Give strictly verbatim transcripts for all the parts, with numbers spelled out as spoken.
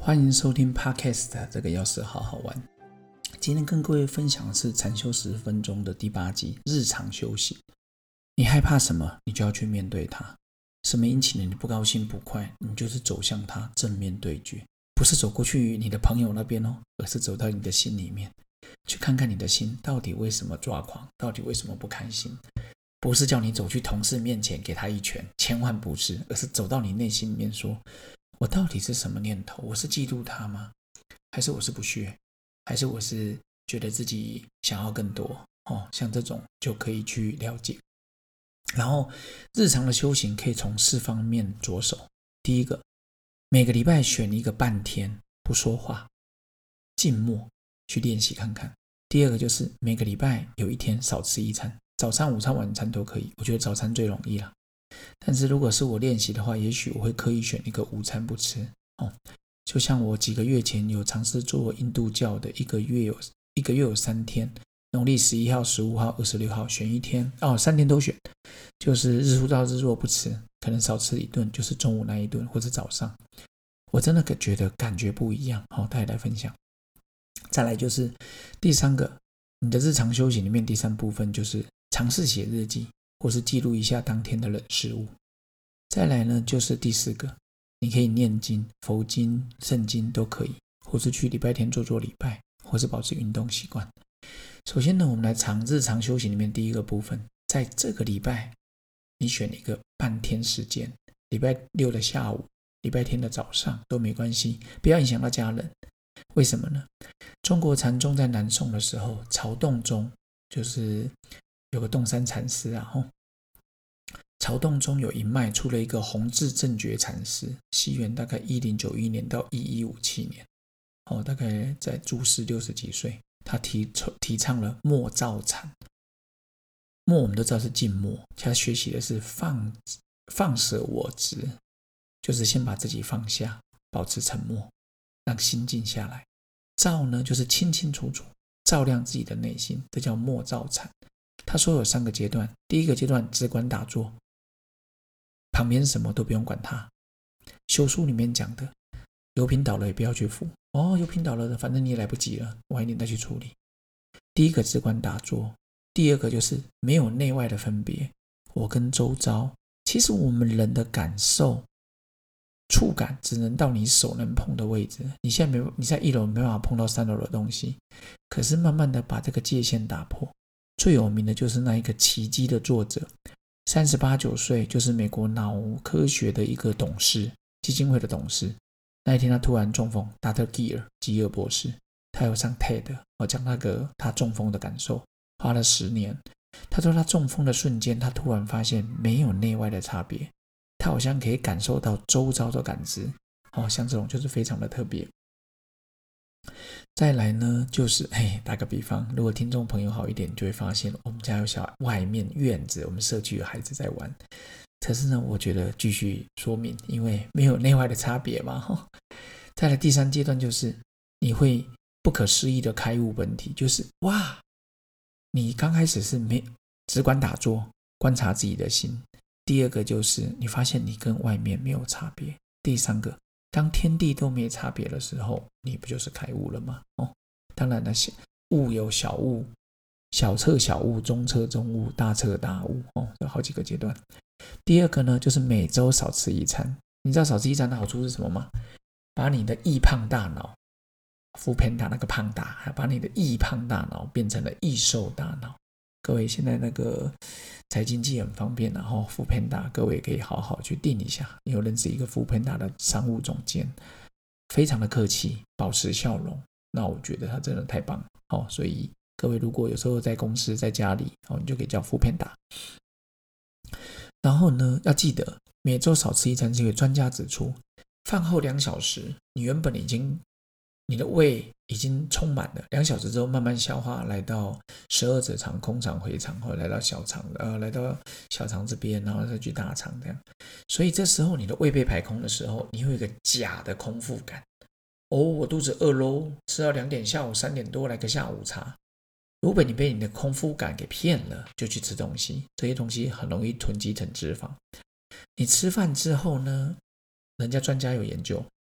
欢迎收听 Podcast 这个钥匙好好玩。今天跟各位分享的是禅修十分钟的第八集，日常修行。你害怕什么，你就要去面对它。什么引起了你不高兴不快，你就是走向它，正面对决，不是走过去你的朋友那边哦，而是走到你的心里面，去看看你的心到底为什么抓狂，到底为什么不开心。不是叫你走去同事面前给他一拳，千万不是，而是走到你内心里面说，我到底是什么念头？我是嫉妒他吗？还是我是不屑？还是我是觉得自己想要更多？哦，像这种就可以去了解。然后日常的修行可以从四方面着手。第一个，每个礼拜选一个半天不说话，静默去练习看看。第二个就是每个礼拜有一天少吃一餐，早餐、午餐、晚餐都可以。我觉得早餐最容易啦。但是如果是我练习的话，也许我会刻意选一个午餐不吃哦。就像我几个月前有尝试做印度教的，一个月有一个月有三天，农历十一号、十五号、二十六号选一天哦，三天都选，就是日出到日落不吃，可能少吃一顿，就是中午那一顿或者早上。我真的觉得感觉不一样，好、哦，大家来分享。再来就是第三个，你的日常修行里面第三部分就是尝试写日记，或是记录一下当天的人事物。再来呢，就是第四个，你可以念经、佛经、圣经都可以，或是去礼拜天做做礼拜，或是保持运动习惯。首先呢，我们来尝日常修行里面第一个部分，在这个礼拜，你选一个半天时间，礼拜六的下午、礼拜天的早上都没关系，不要影响到家人。为什么呢？中国禅宗在南宋的时候，曹洞宗就是有个洞山禅师啊，吼，曹洞宗有一脉出了一个弘治正觉禅师，西元大概一零九一年到一一五七年，哦，大概在住世六十几岁，他 提, 提倡了默照禅。默我们都知道是静默，他学习的是放放舍我执，就是先把自己放下，保持沉默，让心静下来。照呢，就是清清楚楚照亮自己的内心，这叫默照禅。他说有三个阶段，第一个阶段只管打坐，旁边什么都不用管它。修书里面讲的，油瓶倒了也不要去扶，哦，油瓶倒了，反正你也来不及了，晚一点再去处理。第一个只管打坐，第二个就是没有内外的分别，我跟周遭，其实我们人的感受触感只能到你手能碰的位置，你现在没你在一楼没办法碰到三楼的东西，可是慢慢的把这个界限打破。最有名的就是那一个奇迹的作者，三十八九岁，就是美国脑科学的一个董事，基金会的董事。那一天他突然中风，达特基尔基尔博士，他有上 T E D 我讲那个他中风的感受，花了十年。他说他中风的瞬间，他突然发现没有内外的差别，他好像可以感受到周遭的感知，哦，像这种就是非常的特别。再来呢，就是嘿，打个比方，如果听众朋友好一点，就会发现我们家有小外面院子，我们社区有孩子在玩。可是呢，我觉得继续说明，因为没有内外的差别嘛。再来第三阶段就是你会不可思议的开悟本体，就是哇，你刚开始是没只管打坐，观察自己的心。第二个就是你发现你跟外面没有差别。第三个，当天地都没差别的时候，你不就是开悟了吗？哦，当然了，悟有小悟、小彻小悟、中彻中悟、大彻大悟，哦，有好几个阶段。第二个呢，就是每周少吃一餐。你知道少吃一餐的好处是什么吗？把你的易胖大脑，富胖大那个胖大，把你的易胖大脑变成了易瘦大脑。各位现在那个财经记很方便，然后富胖大，各位可以好好去订一下。你有认识一个富胖大的商务总监，非常的客气，保持笑容。那我觉得他真的太棒了，哦，所以各位如果有时候在公司在家里，哦，你就可以叫富胖大。然后呢，要记得每周少吃一餐，是因为专家指出，饭后两小时，你原本已经你的胃已经充满了，两小时之后慢慢消化，来到十二指肠、空肠、回肠，或者来到小肠，呃，来到小肠这边，然后再去大肠这样。所以这时候你的胃被排空的时候，你会有一个假的空腹感。哦，我肚子饿咯，吃到两点，下午三点多来个下午茶。如果你被你的空腹感给骗了，就去吃东西，这些东西很容易囤积成脂肪。你吃饭之后呢，人家专家有研究，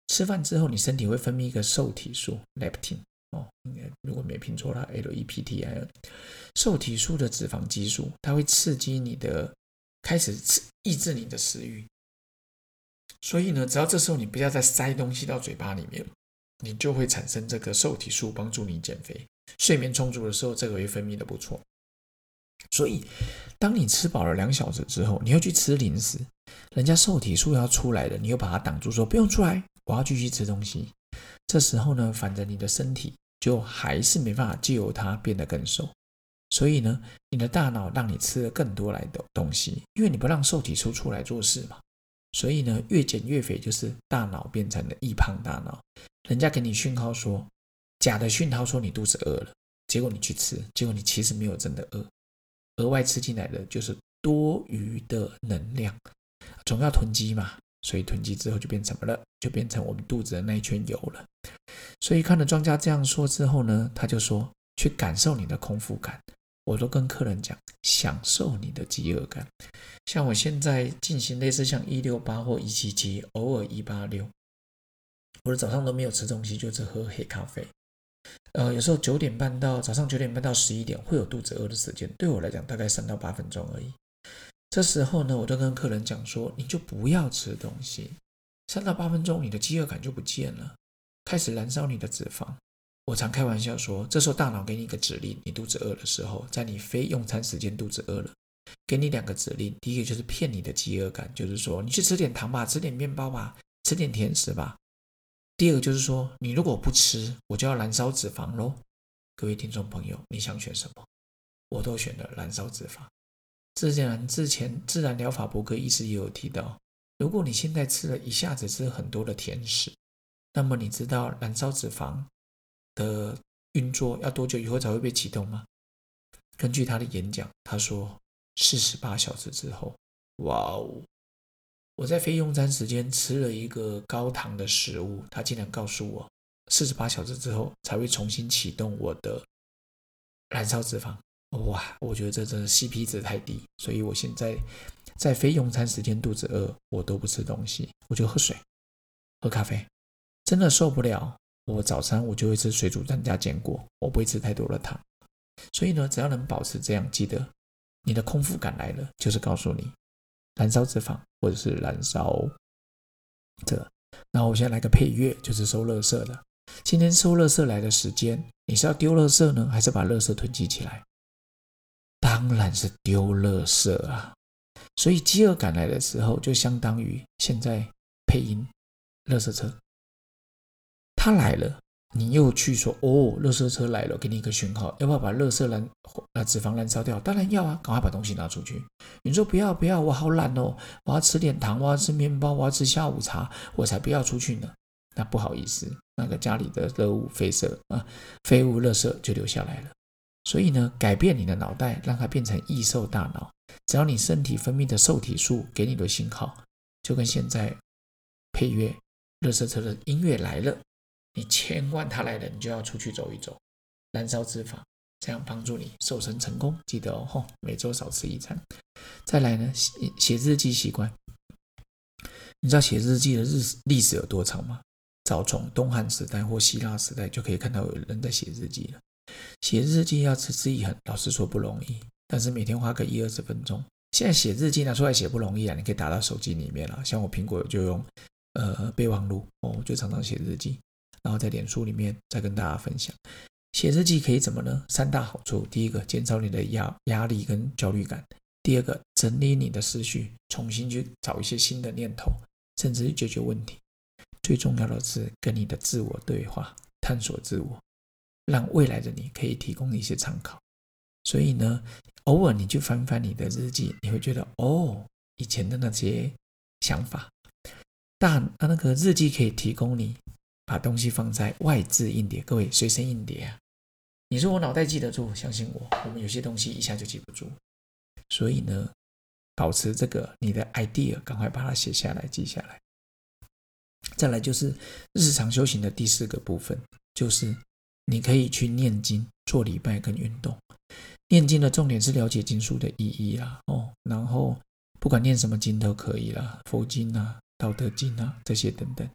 吃饭之后，你身体会分泌一个受体素 leptin 哦，应该如果没拼错它 L E P T I N， 受体素的脂肪激素，它会刺激你的，开始抑制你的食欲。所以呢，只要这时候你不要再塞东西到嘴巴里面，你就会产生这个受体素，帮助你减肥。睡眠充足的时候，这个会分泌的不错。所以，当你吃饱了两小时之后，你又去吃零食，人家受体素要出来了，你又把它挡住，说不用出来，我要继续吃东西。这时候呢，反正你的身体就还是没办法借由它变得更瘦。所以呢，你的大脑让你吃了更多来的东西，因为你不让受体素出来做事嘛。所以呢，越减越肥，就是大脑变成了易胖大脑。人家给你讯号说，假的讯号说你肚子饿了，结果你去吃，结果你其实没有真的饿，额外吃进来的就是多余的能量，总要囤积嘛，所以囤积之后就变成什么了？就变成我们肚子的那一圈油了。所以看了庄家这样说之后呢，他就说去感受你的空腹感。我都跟客人讲，享受你的饥饿感。像我现在进行类似像一六八或一七七，偶尔一八六，我的早上都没有吃东西，就只喝黑咖啡。呃，有时候九点半到早上九点半到十一点会有肚子饿的时间，对我来讲大概三到八分钟而已。这时候呢，我都跟客人讲说，你就不要吃东西，三到八分钟你的饥饿感就不见了，开始燃烧你的脂肪。我常开玩笑说，这时候大脑给你一个指令，你肚子饿的时候，在你非用餐时间肚子饿了，给你两个指令。第一个就是骗你的饥饿感，就是说你去吃点糖吧，吃点面包吧，吃点甜食吧。第二个就是说，你如果不吃，我就要燃烧脂肪咯。各位听众朋友，你想选什么？我都选了燃烧脂肪。之前之前自然疗法博格医师也有提到，如果你现在吃了一下子吃很多的甜食，那么你知道燃烧脂肪的运作要多久以后才会被启动吗？根据他的演讲，他说四十八小时之后。哇哦！我在非用餐时间吃了一个高糖的食物，他竟然告诉我四十八小时之后才会重新启动我的燃烧脂肪。哇，我觉得这真的 C P 值太低，所以我现在在非用餐时间肚子饿，我都不吃东西，我就喝水喝咖啡。真的受不了，我早餐我就会吃水煮蛋加坚果，我不会吃太多的糖。所以呢，只要能保持这样，记得你的空腹感来了，就是告诉你燃烧脂肪或者是燃烧这。然后我现在来个配乐，就是收垃圾的。今天收垃圾来的时间，你是要丢垃圾呢，还是把垃圾囤积起来？当然是丢垃圾啊！所以饥饿感来的时候，就相当于现在配音垃圾车，它来了，你又去说哦，垃圾车来了，给你一个讯号，要不要把垃圾燃、呃、脂肪燃烧掉？当然要啊，赶快把东西拿出去。你说不要不要，我好懒哦，我要吃点糖，我要吃面包，我要吃下午茶，我才不要出去呢。那不好意思，那个家里的垃物废色啊，废物垃圾就留下来了。所以呢，改变你的脑袋，让它变成易瘦大脑。只要你身体分泌的受体素给你的信号，就跟现在配乐垃圾车的音乐来了，你千万它来了，你就要出去走一走，燃烧脂肪，这样帮助你瘦身成功。记得哦，每周少吃一餐。再来呢，写日记习惯。你知道写日记的历史有多长吗？早从东汉时代或希腊时代就可以看到有人在写日记了。写日记要持之以恒，老实说不容易，但是每天花个一二十分钟。现在写日记拿出来写不容易啊，你可以打到手机里面了。像我苹果就用呃备忘录哦，我就常常写日记，然后在脸书里面再跟大家分享。写日记可以怎么呢？三大好处：第一个，减少你的压压力跟焦虑感；第二个，整理你的思绪，重新去找一些新的念头，甚至解决问题。最重要的是跟你的自我对话，探索自我，让未来的你可以提供一些参考。所以呢，偶尔你去翻翻你的日记，你会觉得哦，以前的那些想法。但那个日记可以提供你把东西放在外置硬碟，各位随身硬碟啊。你说我脑袋记得住，相信我，我们有些东西一下就记不住。所以呢，保持这个你的 idea， 赶快把它写下来，记下来。再来就是日常修行的第四个部分，就是你可以去念经、做礼拜跟运动。念经的重点是了解经书的意义啦，哦，然后不管念什么经都可以啦，佛经啊、道德经啊这些等等。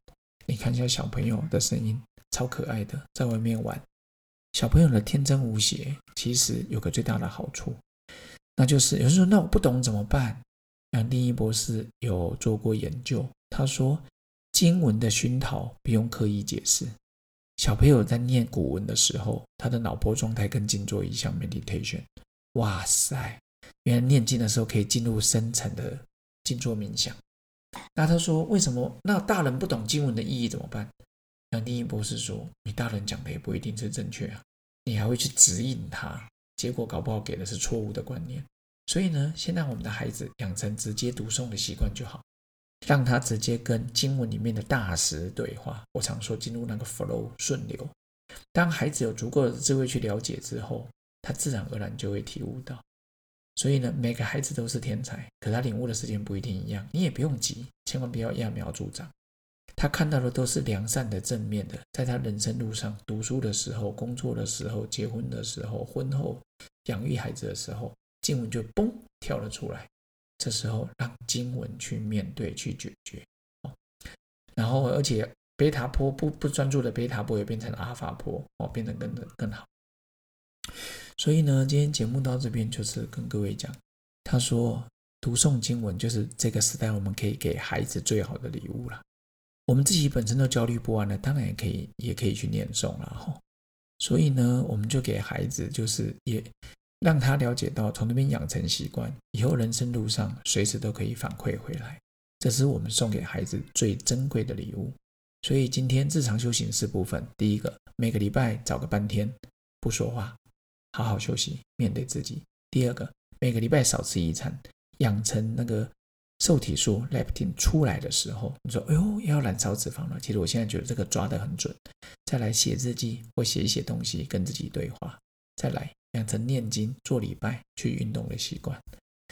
你看一下小朋友的声音，超可爱的，在外面玩。小朋友的天真无邪，其实有个最大的好处，那就是有人说那我不懂怎么办？那另一博士有做过研究，他说经文的熏陶不用刻意解释。小朋友在念古文的时候，他的脑波状态跟静坐一样 meditation。哇塞，原来念经的时候可以进入深层的静坐冥想。那他说为什么那大人不懂经文的意义怎么办？那另一博士说你大人讲的也不一定是正确啊，你还会去指引他，结果搞不好给的是错误的观念。所以呢，先让我们的孩子养成直接读诵的习惯就好，让他直接跟经文里面的大师对话。我常说进入那个 flow 顺流。当孩子有足够的智慧去了解之后，他自然而然就会体悟到。所以呢，每个孩子都是天才，可他领悟的时间不一定一样，你也不用急，千万不要揠苗助长。他看到的都是良善的、正面的，在他人生路上，读书的时候、工作的时候、结婚的时候、婚后养育孩子的时候，经文就嘣跳了出来。这时候让经文去面对、去解决，然后而且贝塔波不不专注的贝塔波也变成阿尔法波，哦，变得更更好。所以呢，今天节目到这边就是跟各位讲，他说读诵经文就是这个时代我们可以给孩子最好的礼物了。我们自己本身都焦虑不安了，当然也可以也可以去念诵了。所以呢，我们就给孩子就是也让他了解到，从那边养成习惯，以后人生路上随时都可以反馈回来。这是我们送给孩子最珍贵的礼物。所以今天日常修行四部分，第一个，每个礼拜找个半天不说话，好好休息，面对自己。第二个，每个礼拜少吃一餐，养成那个受体素 leptin 出来的时候，你说哎呦要燃烧脂肪了，其实我现在觉得这个抓得很准。再来写日记或写一写东西跟自己对话，再来养成念经做礼拜去运动的习惯。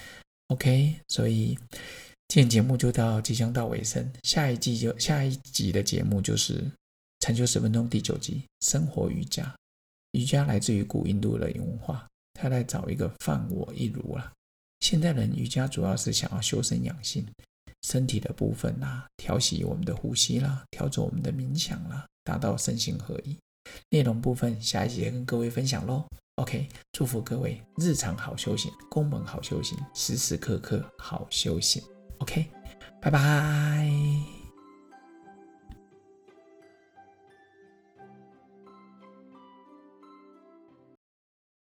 OK， 所以今天节目就到即将到尾声，下一季就下一集的节目就是禅修十分钟第九集，生活瑜伽。瑜伽来自于古印度的文化，他来找一个犯我一如啦。现代人瑜伽主要是想要修身养性，身体的部分啦，调息我们的呼吸啦，调整我们的冥想啦，达到身心合一。内容部分下一集跟各位分享咯。 OK， 祝福各位日常好修行，宫门好修行，时时刻刻好修行。 OK， 拜拜。